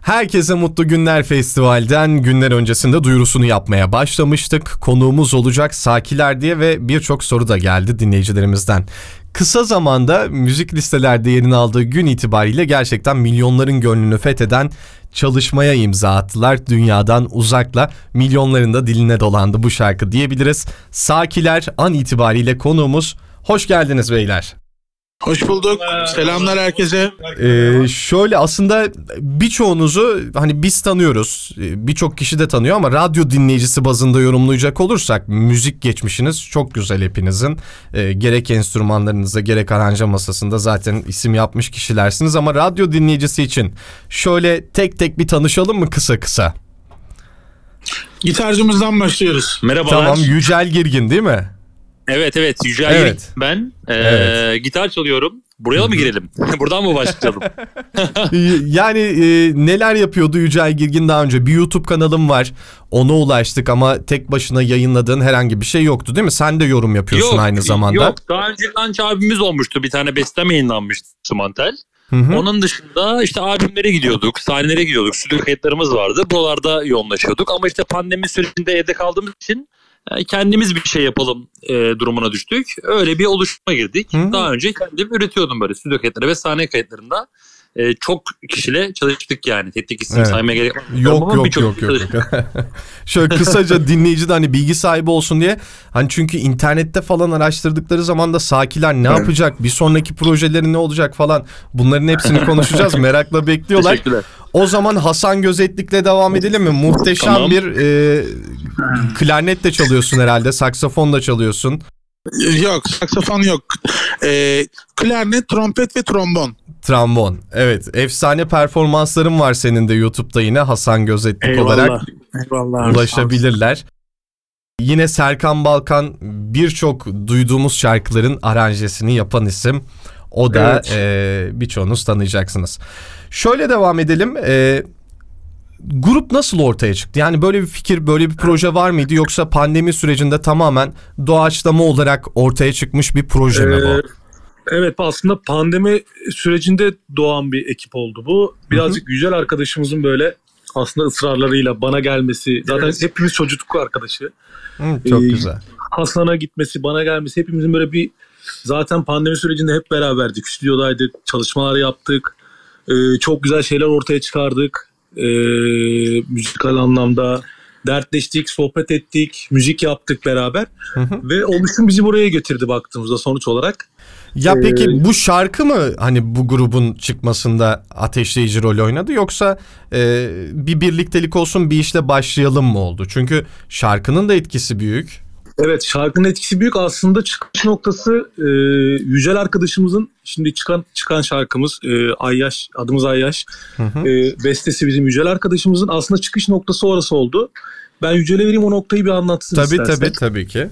Herkese Mutlu Günler Festival'den günler öncesinde duyurusunu yapmaya başlamıştık. Konuğumuz olacak Sakiler diye ve birçok soru da geldi dinleyicilerimizden. Kısa zamanda müzik listelerde yerini aldığı gün itibariyle gerçekten milyonların gönlünü fetheden çalışmaya imza attılar. Dünyadan uzakla milyonların da diline dolandı bu şarkı diyebiliriz. Sakiler an itibariyle konuğumuz. Hoş geldiniz beyler. Hoş bulduk. Selamlar herkese. Şöyle aslında birçoğunuzu hani biz tanıyoruz. Birçok kişi de tanıyor ama radyo dinleyicisi bazında yorumlayacak olursak müzik geçmişiniz çok güzel hepinizin. Gerek enstrümanlarınızda gerek aranjman masasında zaten isim yapmış kişilersiniz ama radyo dinleyicisi için şöyle tek tek bir tanışalım mı kısa kısa? Gitarcımızdan başlıyoruz. Merhabalar. Tamam, Yücel Girgin değil mi? Evet Yücel Girgin ben. Gitar çalıyorum. Buraya mı girelim? Buradan mı başlayalım? Yani neler yapıyordu Yücel Girgin daha önce? Bir YouTube kanalım var. Ona ulaştık ama tek başına yayınladığın herhangi bir şey yoktu değil mi? Sen de yorum yapıyorsun aynı zamanda. Yok. Daha önce Lanç abimiz olmuştu. Bir tane bestem yayınlanmıştı Sumantel. Onun dışında işte albümlere gidiyorduk, sahnelere gidiyorduk. Stüdyo kayıtlarımız vardı. Buralarda yoğunlaşıyorduk. Ama işte pandemi sürecinde evde kaldığımız için kendimiz bir şey yapalım durumuna düştük. Öyle bir oluşuma girdik. Daha önce kendim üretiyordum böyle stüdyo kayıtları ve sahne kayıtlarında. Çok kişiyle çalıştık yani. Tek isim saymaya gerek yok. Şöyle kısaca dinleyici de hani bilgi sahibi olsun diye. Hani çünkü internette falan araştırdıkları zaman da Sakiler ne yapacak? Bir sonraki projeleri ne olacak falan. Bunların hepsini konuşacağız. Merakla bekliyorlar. Teşekkürler. O zaman Hasan Gözetlik'le devam edelim mi? Muhteşem bir klarnet de çalıyorsun herhalde. Saksafon da çalıyorsun. Yok, saksafon yok. Klarnet, trompet ve trombon. Trombon. Evet. Efsane performansların var senin de YouTube'da yine Hasan Gözetlik olarak ulaşabilirler. Yine Serkan Balkan birçok duyduğumuz şarkıların aranjesini yapan isim. O da birçoğunuz tanıyacaksınız. Şöyle devam edelim. Grup nasıl ortaya çıktı? Yani böyle bir fikir, böyle bir proje var mıydı? Yoksa pandemi sürecinde tamamen doğaçlama olarak ortaya çıkmış bir proje mi bu? Evet, aslında pandemi sürecinde doğan bir ekip oldu bu. Birazcık Yücel arkadaşımızın böyle aslında ısrarlarıyla bana gelmesi. Zaten hepimiz çocukluk arkadaşı. Çok güzel. Hasan'a gitmesi, bana gelmesi. Hepimizin böyle bir zaten pandemi sürecinde hep beraberdik. Stüdyodaydık, çalışmalar yaptık. Çok güzel şeyler ortaya çıkardık. Müzikal anlamda dertleştik, sohbet ettik, müzik yaptık beraber. Ve oluşum bizi buraya getirdi baktığımızda sonuç olarak. Ya peki bu şarkı mı hani bu grubun çıkmasında ateşleyici rol oynadı yoksa bir birliktelik olsun bir işle başlayalım mı oldu? Çünkü şarkının da etkisi büyük. Evet, şarkının etkisi büyük. Aslında çıkış noktası Yücel arkadaşımızın şimdi çıkan şarkımız Ayyaş, adımız Ayyaş. Bestesi bizim Yücel arkadaşımızın aslında çıkış noktası orası oldu. Ben Yücel'e vereyim, o noktayı bir anlatsın istersen. Tabii ki.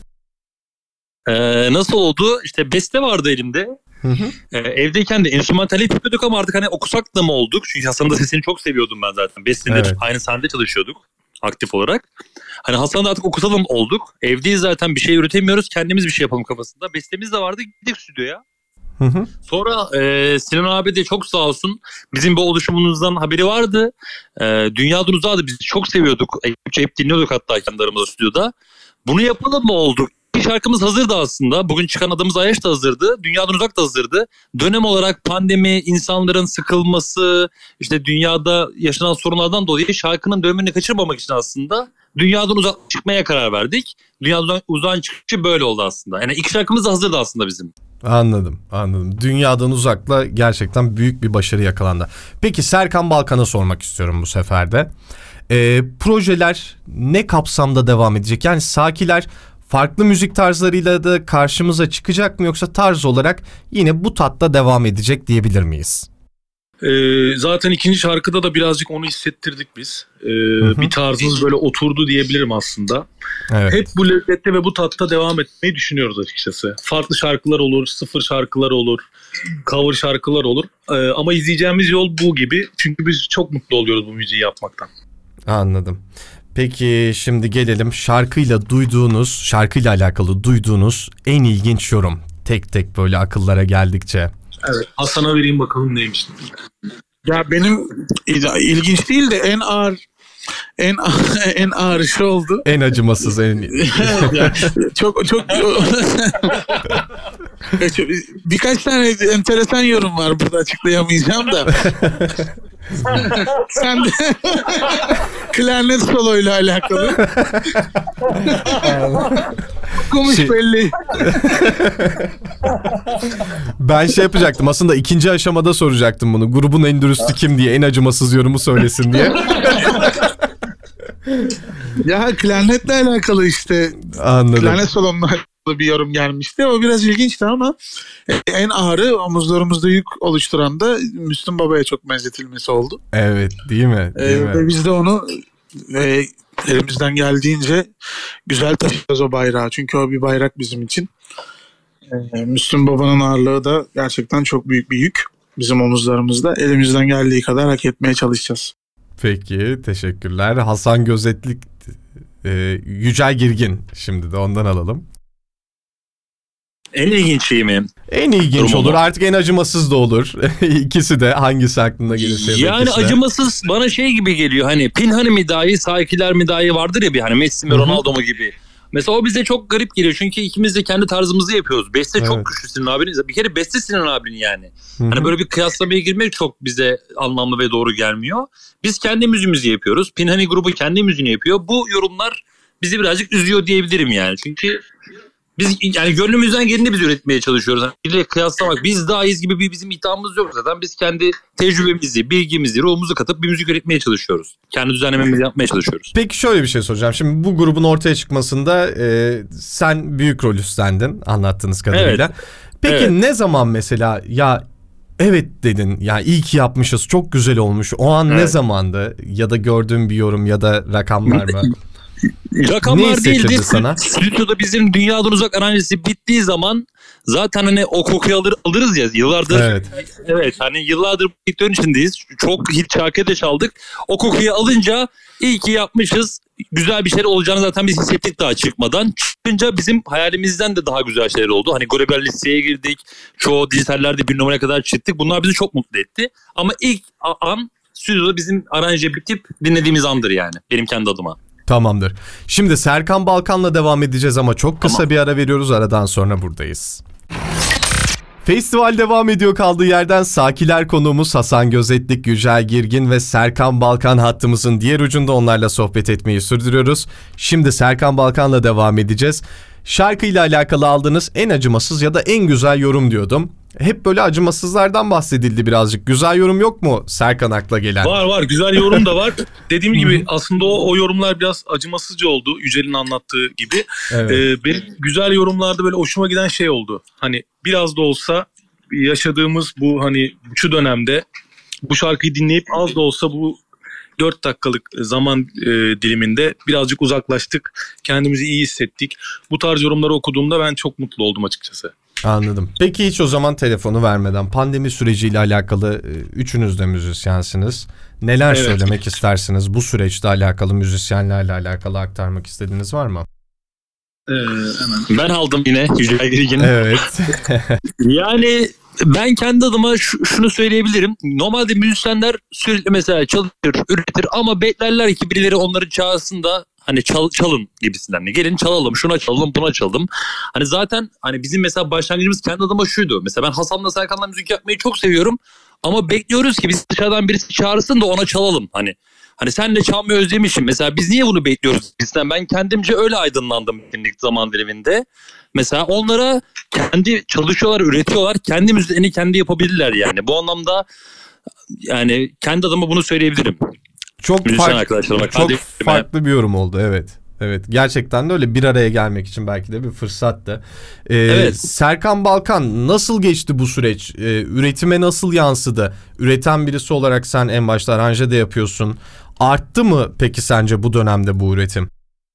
Nasıl oldu? İşte beste vardı elimde. Evdeyken de enstrümantal yapıyorduk ama artık hani okusak da mı olduk? Çünkü Hasan'ın da sesini çok seviyordum ben zaten. Beste'de aynı sahnede çalışıyorduk aktif olarak. Hani Hasan'da artık okutalım olduk. Evdeyiz zaten, bir şey üretemiyoruz. Kendimiz bir şey yapalım kafasında. Bestemiz de vardı. Gittik stüdyoya. Sonra Sinan abi de çok sağ olsun bizim bu oluşumunuzdan haberi vardı. Dünyadan uzaktı. Biz çok seviyorduk. Hep dinliyorduk hatta kendi aramızda stüdyoda. Bunu yapalım mı olduk? Şarkımız hazırdı aslında. Bugün çıkan adımız Ayaş da hazırdı. Dünyadan Uzak da hazırdı. Dönem olarak pandemi, insanların sıkılması, işte dünyada yaşanan sorunlardan dolayı şarkının dönemini kaçırmamak için aslında dünyadan uzak çıkmaya karar verdik. Dünyadan uzak çıkışı böyle oldu aslında. Yani ilk şarkımız da hazırdı aslında bizim. Anladım. Dünyadan uzakla gerçekten büyük bir başarı yakalandı. Peki Serkan Balkan'a sormak istiyorum bu sefer de. Projeler ne kapsamda devam edecek? Yani Sakiler farklı müzik tarzlarıyla da karşımıza çıkacak mı yoksa tarz olarak yine bu tatta devam edecek diyebilir miyiz? Zaten ikinci şarkıda da birazcık onu hissettirdik biz. Bir tarzımız böyle oturdu diyebilirim aslında. Evet. Hep bu lezzette ve bu tatta devam etmeyi düşünüyoruz açıkçası. Farklı şarkılar olur, sıfır şarkılar olur, cover şarkılar olur. Ama izleyeceğimiz yol bu gibi. Çünkü biz çok mutlu oluyoruz bu müziği yapmaktan. Anladım. Peki şimdi gelelim şarkıyla alakalı duyduğunuz en ilginç yorum. Tek tek böyle akıllara geldikçe. Evet. Hasan'a vereyim bakalım neymiş. Ya benim ilginç değil de en en ağır şey oldu. En acımasız, en... Yani çok birkaç tane enteresan yorum var burada, açıklayamayacağım da. Sen de klarnet soloyla alakalı. Konuş belli. Ben şey yapacaktım aslında, ikinci aşamada soracaktım bunu. Grubun en dürüstü kim diye, en acımasız yorumu söylesin diye. Ya klarnetle alakalı işte. Anladım. Klarnet solonla alakalı bir yorum gelmişti. O biraz ilginçti ama en ağırı, omuzlarımızda yük oluşturan da Müslüm Baba'ya çok benzetilmesi oldu. Evet, değil mi? Değil mi? Ve biz de onu elimizden geldiğince güzel taşıyoruz o bayrağı. Çünkü o bir bayrak bizim için. Müslüm Baba'nın ağırlığı da gerçekten çok büyük bir yük bizim omuzlarımızda. Elimizden geldiği kadar hak etmeye çalışacağız. Peki, teşekkürler. Hasan Gözetlik, Yücel Girgin, şimdi de ondan alalım. En ilginç şey mi? En ilginç Durum olur, ama. artık en acımasız da olur. İkisi de, hangisi aklına gelirse. Yani ikisi de. acımasız bana şey gibi geliyor, hani Pinhani mi daha iyi, Sakiler mi daha iyi vardır ya bir, hani Messi mi Ronaldo mu gibi. Mesela o bize çok garip geliyor çünkü ikimiz de kendi tarzımızı yapıyoruz. Beste Evet. çok güçlü Sinan abinin. Bir kere beste Sinan abinin yani. Hani böyle bir kıyaslamaya girmek çok bize anlamlı ve doğru gelmiyor. Biz kendi müziğimizi yapıyoruz. Pinhani grubu kendi müziğini yapıyor. Bu yorumlar bizi birazcık üzüyor diyebilirim yani. Çünkü biz yani gönlümüzden geleni biz üretmeye çalışıyoruz. Yani biriyle kıyaslamak, biz daha iyiyiz gibi bir bizim iddiamız yok zaten. Biz kendi tecrübemizi, bilgimizi, ruhumuzu katıp bir müzik üretmeye çalışıyoruz. Kendi düzenlememizi yapmaya çalışıyoruz. Peki şöyle bir şey soracağım. Şimdi bu grubun ortaya çıkmasında sen büyük rol üstlendin anlattığınız kadarıyla. Evet. Peki Evet. ne zaman mesela ya evet dedin, ya iyi ki yapmışız, çok güzel olmuş. O an ne Evet. zamandı, ya da gördüğün bir yorum ya da rakamlar mı? Ne Rakamlar hissettirdi değildi. sana? Stüdyoda bizim Dünyadan Uzak aranjesi bittiği zaman zaten hani o kokuyu alırız ya yıllardır. Evet. Evet, hani yıllardır bu sektörün içindeyiz. Çok hit şarkı da çaldık. O kokuyu alınca iyi ki yapmışız. Güzel bir şeyler olacağını zaten biz hissettik daha çıkmadan. Çıkınca bizim hayalimizden de daha güzel şeyler oldu. Hani global listeye girdik. Çoğu dijitallerde bir numaraya kadar çıktık. Bunlar bizi çok mutlu etti. Ama ilk an stüdyoda bizim aranje bitip dinlediğimiz andır yani. Benim kendi adıma. Tamamdır. Şimdi Serkan Balkan'la devam edeceğiz ama çok kısa Tamam. bir ara veriyoruz. Aradan sonra buradayız. Festival devam ediyor kaldığı yerden. Sakiler konuğumuz Hasan Gözetlik, Yücel Girgin ve Serkan Balkan hattımızın diğer ucunda, onlarla sohbet etmeyi sürdürüyoruz. Şimdi Serkan Balkan'la devam edeceğiz. Şarkıyla alakalı aldığınız en acımasız ya da en güzel yorum diyordum. Hep böyle acımasızlardan bahsedildi birazcık. Güzel yorum yok mu Serkan akla gelen? Var güzel yorum da var. Dediğim gibi aslında o yorumlar biraz acımasızca oldu. Yücel'in anlattığı gibi. Evet. Benim güzel yorumlarda böyle hoşuma giden şey oldu. Hani biraz da olsa yaşadığımız bu hani şu dönemde bu şarkıyı dinleyip az da olsa bu 4 dakikalık zaman diliminde birazcık uzaklaştık. Kendimizi iyi hissettik. Bu tarz yorumları okuduğumda ben çok mutlu oldum açıkçası. Anladım. Peki hiç o zaman telefonu vermeden, pandemi süreciyle alakalı üçünüz de müzisyensiniz. Neler Evet. söylemek istersiniz? Bu süreçte alakalı, müzisyenlerle alakalı aktarmak istediğiniz var mı? Hemen. Ben aldım yine Yücel Girgin. Evet. Yani ben kendi adıma şunu söyleyebilirim. Normalde müzisyenler sürekli mesela çalışır, üretir ama beklerler ki birileri onları çağırsın da hani çalın gibisinden. Hani gelin çalalım, şuna çalalım, buna çalalım. Hani zaten hani bizim mesela başlangıcımız kendi adıma şuydu. Mesela ben Hasan'la Serkan'la müzik yapmayı çok seviyorum. Ama bekliyoruz ki biz dışarıdan birisi çağırsın da ona çalalım. Hani senle çalmayı özlemişim. Mesela biz niye bunu bekliyoruz bizden? Ben kendimce öyle aydınlandım etkinlik zaman diliminde. Mesela onlara kendi çalışıyorlar, üretiyorlar. Kendi müziğini kendi yapabilirler yani. Bu anlamda yani kendi adıma bunu söyleyebilirim. Çok Müzisyen arkadaşlarıma. çok farklı bir yorum oldu, evet. Evet, gerçekten de öyle, bir araya gelmek için belki de bir fırsattı. Evet. Serkan Balkan, nasıl geçti bu süreç? Üretime nasıl yansıdı? Üreten birisi olarak sen en başta aranje de yapıyorsun. Arttı mı peki sence bu dönemde bu üretim?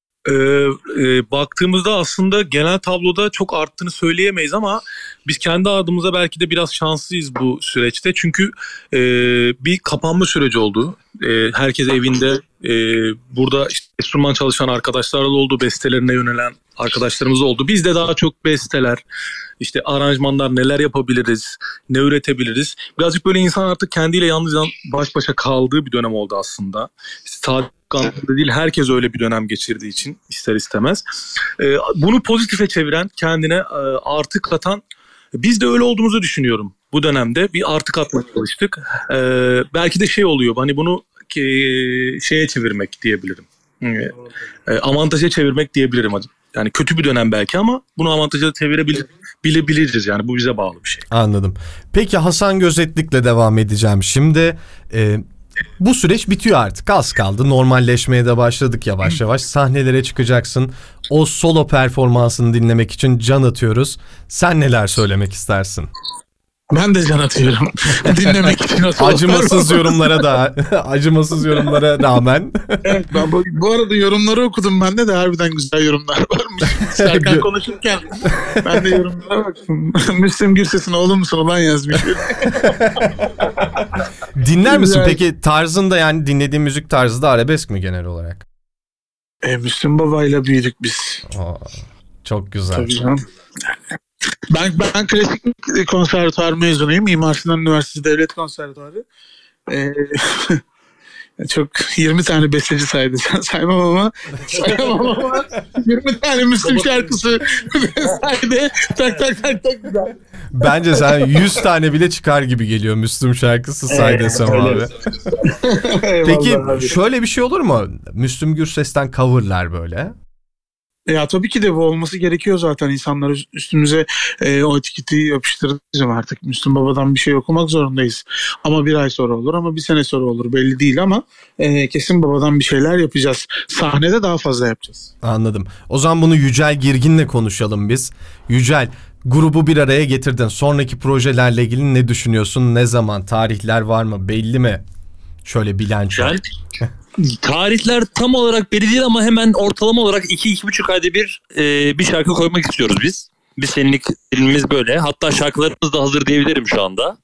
Baktığımızda aslında genel tabloda çok arttığını söyleyemeyiz ama biz kendi adımıza belki de biraz şanslıyız bu süreçte. Çünkü bir kapanma süreci oldu. Herkes evinde. Burada işte enstrüman çalışan arkadaşlar da oldu. Bestelerine yönelen arkadaşlarımız oldu. Biz de daha çok besteler, işte aranjmanlar, neler yapabiliriz, ne üretebiliriz. Birazcık böyle insan artık kendiyle yalnız baş başa kaldığı bir dönem oldu aslında. Sadece anlamda değil, herkes öyle bir dönem geçirdiği için ister istemez. Bunu pozitife çeviren, kendine artı katan, biz de öyle olduğumuzu düşünüyorum. Bu dönemde bir artı katmaya çalıştık. Belki de şey oluyor, hani bunu şeye çevirmek diyebilirim. Avantaja çevirmek diyebilirim. Yani kötü bir dönem belki ama bunu avantaja çevirebiliriz, yani bu bize bağlı bir şey. Anladım. Peki Hasan Gözetlik'le devam edeceğim. Şimdi bu süreç bitiyor artık. Az kaldı. Normalleşmeye de başladık yavaş yavaş. Sahnelere çıkacaksın. O solo performansını dinlemek için can atıyoruz. Sen neler söylemek istersin? Ben de can atıyorum. Dinlemek için. Acımasız yorumlara rağmen. Evet, ben bu arada yorumları okudum ben de harbiden güzel yorumlar varmış. Serkan konuşurken ben de yorumlara baktım. Müslüm Gürses'in oğlu musun ulan yazmış. Dinler misin peki, tarzında, yani dinlediğin müzik tarzı da arabesk mi genel olarak? Müslüm Baba'yla büyüdük biz. Çok güzel. Tabii canım. Ben klasik konservatuvar mezunuyum. Mimar Sinan Üniversitesi Devlet Konservatuvarı. Çok 20 tane besteci saymam ama 20 tane Müslüm şarkısı saydı. Tak güzel. Bence sen 100 tane bile çıkar gibi geliyor Müslüm şarkısı say desem abi. Peki şöyle bir şey olur mu? Müslüm Gürses'ten coverlar böyle. Ya tabii ki de bu olması gerekiyor zaten. İnsanlar üstümüze o etiketi yapıştıracağım artık. Müslüm Baba'dan bir şey okumak zorundayız. Ama bir ay sonra olur, ama bir sene sonra olur, belli değil, ama kesin Baba'dan bir şeyler yapacağız. Sahnede daha fazla yapacağız. Anladım. O zaman bunu Yücel Girgin'le konuşalım biz. Yücel, grubu bir araya getirdin. Sonraki projelerle ilgili ne düşünüyorsun? Ne zaman? Tarihler var mı? Belli mi? Şöyle bilanço. Tarihler tam olarak belli değil ama hemen ortalama olarak 2-2,5 ayda bir şarkı koymak istiyoruz biz. Bir senelik dilimiz böyle. Hatta şarkılarımız da hazır diyebilirim şu anda.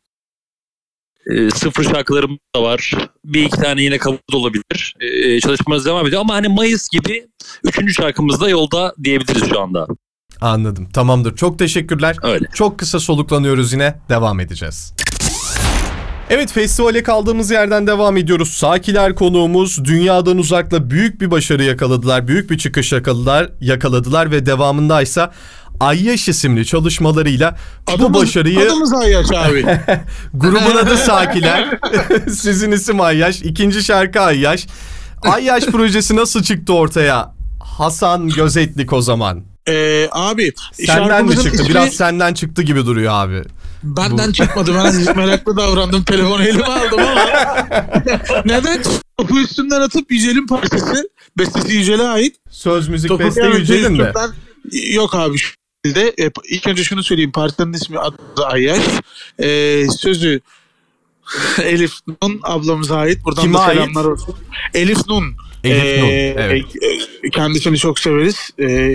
Sıfır şarkılarımız da var. Bir iki tane yine kabul olabilir. Çalışmamız devam ediyor ama hani Mayıs gibi 3. şarkımız da yolda diyebiliriz şu anda. Anladım. Tamamdır. Çok teşekkürler. Öyle. Çok kısa soluklanıyoruz yine. Devam edeceğiz. Evet, festivale kaldığımız yerden devam ediyoruz. Sakiler konuğumuz, dünyadan uzakla büyük bir başarı yakaladılar. Büyük bir çıkış yakaladılar ve devamındaysa Ayyaş isimli çalışmalarıyla bu başarıyı... Adımız Ayyaş abi. Grubun adı Sakiler. Sizin isim Ayyaş. 2. şarkı Ayyaş. Ayyaş projesi nasıl çıktı ortaya? Hasan Gözetlik o zaman. Abi senden mi çıktı? Ismi... Biraz senden çıktı gibi duruyor abi. Benden çıkmadı. Ben meraklı davrandım. Telefonu elime aldım ama. Neden? Topu üstünden atıp Yücel'in parçası. Bestesi Yücel'e ait. Söz müzik beste Yücel'in mi? Yok abi. İlk önce şunu söyleyeyim. Parçanın ismi adı Ayyaş. Sözü Elif Nun ablamıza ait. Buradan kime da ait? selamlar olsun. Elif Nun. Elif Nun. Evet. Kendisini çok severiz.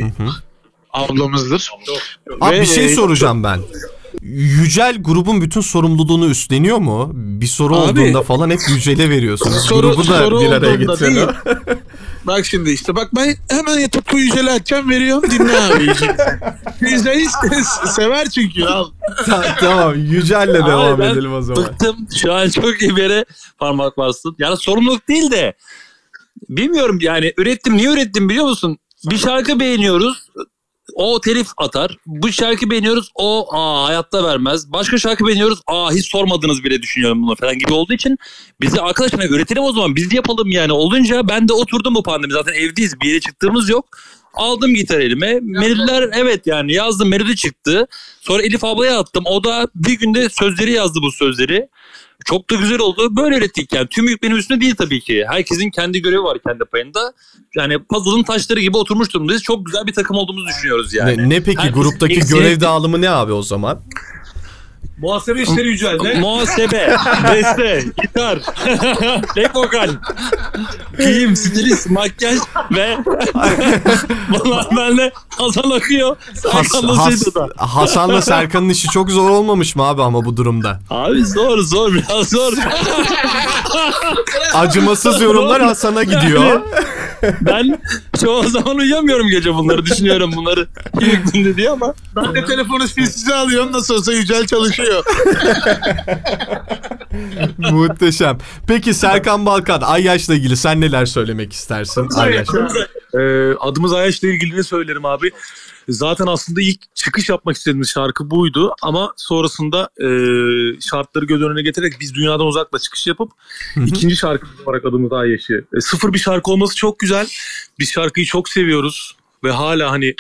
Ablamızdır. Abi bir şey soracağım ben. Yücel grubun bütün sorumluluğunu üstleniyor mu? Bir soru olduğunda falan hep Yücel'e veriyorsunuz. Grubu da bir araya getirin. Bak şimdi işte ben hemen topu Yücel'e açacağım, veriyorum, dinle abi. Yücel'i sever çünkü al. Tamam, Yücel'le devam edelim o zaman. Bıktım, şu an çok iyi bir yere parmak bastın. Yani sorumluluk değil de bilmiyorum yani, niye ürettim biliyor musun? Bir şarkı beğeniyoruz. O telif atar. Bu şarkı beğeniyoruz. O hayatta vermez. Başka şarkı beğeniyoruz. Hiç sormadınız bile, düşünüyorum bunu falan gibi olduğu için bizi arkadaşlar üretelim o zaman. Biz yapalım yani. Olunca ben de oturdum bu pandemi. Zaten evdeyiz. Bir yere çıktığımız yok. Aldım gitar elime. Melodiler evet yani yazdım. Melodi çıktı. Sonra Elif ablaya attım. O da bir günde sözleri yazdı, bu sözleri. Çok da güzel oldu. Böyle ürettik yani. Tüm yük benim üstüne değil tabii ki. Herkesin kendi görevi var kendi payında. Yani puzzle'ın taşları gibi oturmuş durumdayız. Çok güzel bir takım olduğumuzu düşünüyoruz yani. Ne peki gruptaki görev dağılımı ne abi o zaman? Muhasebe işleri Yücel ne? Muhasebe, beste, gitar, back vokal, giyim, stilist, makyaj ve benle Hasan akıyor. Hasan'la Serkan'ın işi çok zor olmamış mı abi ama bu durumda? Abi zor biraz zor. Acımasız yorumlar Hasan'a gidiyor. Ben çoğu zaman uyuyamıyorum gece, bunları düşünüyorum, bunları yüklendi diye ama. Ben de telefonu sessize alıyorum, nasıl olsa Yücel çalışıyor. Muhteşem. Peki Serkan Balkan, Ayyaş'la ilgili sen neler söylemek istersin? Ayyaş. Adımız Ayaş'la ilgili ne söylerim abi? Zaten aslında ilk çıkış yapmak istediğimiz şarkı buydu ama sonrasında şartları göz önüne getirerek biz dünyadan uzakla çıkış yapıp ikinci şarkı olarak adımız Ayaş'ı. Sıfır bir şarkı olması çok güzel. Biz şarkıyı çok seviyoruz ve hala hani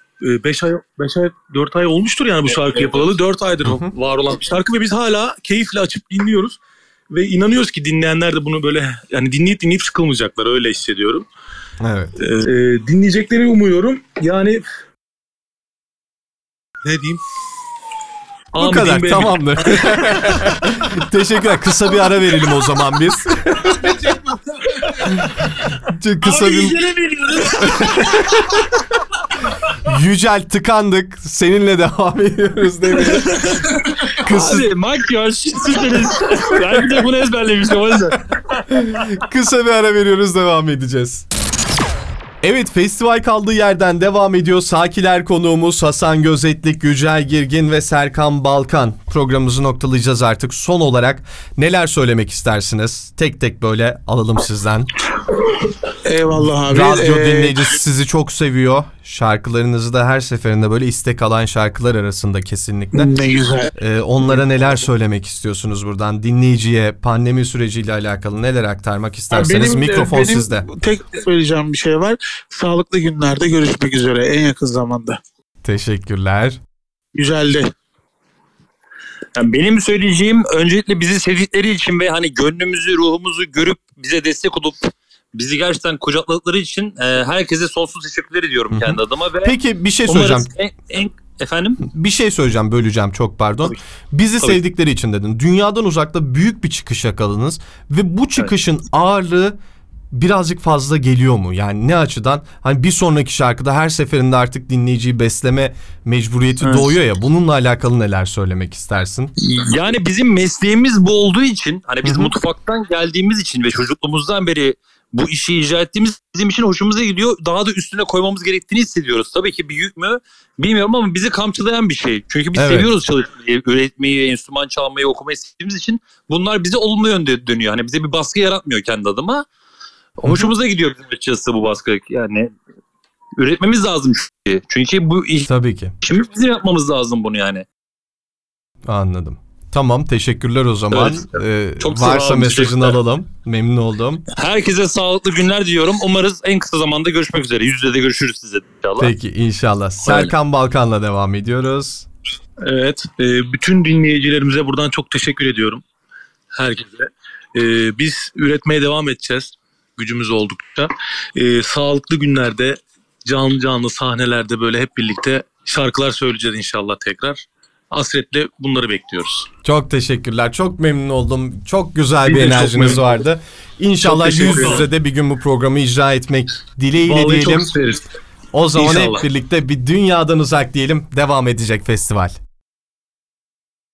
4 ay olmuştur yani bu şarkı yapılalı. 4 aydır var olan bir şarkı ve biz hala keyifle açıp dinliyoruz. Ve inanıyoruz ki dinleyenler de bunu böyle yani dinleyip sıkılmayacaklar, öyle hissediyorum. Evet. Dinleyeceklerini umuyorum. Yani ne diyeyim? Bu kadar, tamamdır. Teşekkürler. Kısa bir ara verelim o zaman biz. Kısa bir... Yücel, tıkandık. Seninle devam ediyoruz demeyi. Abi makyaj süperiz. Ben bir de bunu ezberlemiştim o yüzden. Kısa bir ara veriyoruz, devam edeceğiz. Evet, festival kaldığı yerden devam ediyor. Sakiler konuğumuz Hasan Gözetlik, Yücel Girgin ve Serkan Balkan. Programımızı noktalayacağız artık. Son olarak neler söylemek istersiniz? Tek tek böyle alalım sizden. Eyvallah abi. Radyo dinleyicisi sizi çok seviyor. Şarkılarınızı da her seferinde böyle istek alan şarkılar arasında kesinlikle. Ne güzel. Onlara neler söylemek istiyorsunuz buradan? Dinleyiciye pandemi süreciyle alakalı neler aktarmak isterseniz mikrofon sizde. Tek söyleyeceğim bir şey var. Sağlıklı günlerde görüşmek üzere en yakın zamanda. Teşekkürler. Güzeldi. Yani benim söyleyeceğim, öncelikle bizi sevdikleri için ve hani gönlümüzü, ruhumuzu görüp bize destek olup bizi gerçekten kucakladıkları için herkese sonsuz teşekkürler ediyorum kendi adıma. Ve peki bir şey söyleyeceğim. Efendim? Bir şey söyleyeceğim, böleceğim, çok pardon. Tabii. Bizi Tabii. sevdikleri için dedin. Dünyadan uzakta büyük bir çıkış yakaladınız ve bu çıkışın ağırlığı birazcık fazla geliyor mu? Yani ne açıdan? Hani bir sonraki şarkıda her seferinde artık dinleyiciyi besleme mecburiyeti doğuyor ya. Bununla alakalı neler söylemek istersin? Yani bizim mesleğimiz bu olduğu için, hani biz mutfaktan geldiğimiz için ve çocukluğumuzdan beri bu işi icra ettiğimiz bizim için hoşumuza gidiyor. Daha da üstüne koymamız gerektiğini hissediyoruz. Tabii ki büyük mü bilmiyorum ama bizi kamçılayan bir şey. Çünkü biz seviyoruz çalışmayı, üretmeyi, enstrüman çalmayı, okumayı sevdiğimiz için bunlar bize olumlu yönde dönüyor. Hani bize bir baskı yaratmıyor kendi adıma. Hoşumuza gidiyor bizim açıkçası bu baskı. Yani üretmemiz lazım çünkü. Çünkü bu iş, Tabii ki. şimdi bizim yapmamız lazım bunu yani. Anladım. Tamam, teşekkürler o zaman. Çok Varsa mesajını alalım. Memnun oldum. Herkese sağlıklı günler diliyorum. Umarız en kısa zamanda görüşmek üzere. Yüz yüze de görüşürüz size inşallah. Peki, inşallah. Serkan Balkan'la devam ediyoruz. Evet. Bütün dinleyicilerimize buradan çok teşekkür ediyorum. Herkese. Biz üretmeye devam edeceğiz. Gücümüz oldukça. Sağlıklı günlerde, canlı sahnelerde böyle hep birlikte şarkılar söyleyeceğiz inşallah tekrar. Hasretle bunları bekliyoruz. Çok teşekkürler. Çok memnun oldum. Çok güzel bir Biz de çok enerjiniz memnun vardı. İnşallah Çok yüz teşekkür yüze de bir gün bu programı icra etmek dileğiyle Vallahi diyelim. çok isteriz. O zaman İnşallah. hep birlikte bir dünyadan uzak diyelim. Devam edecek festival.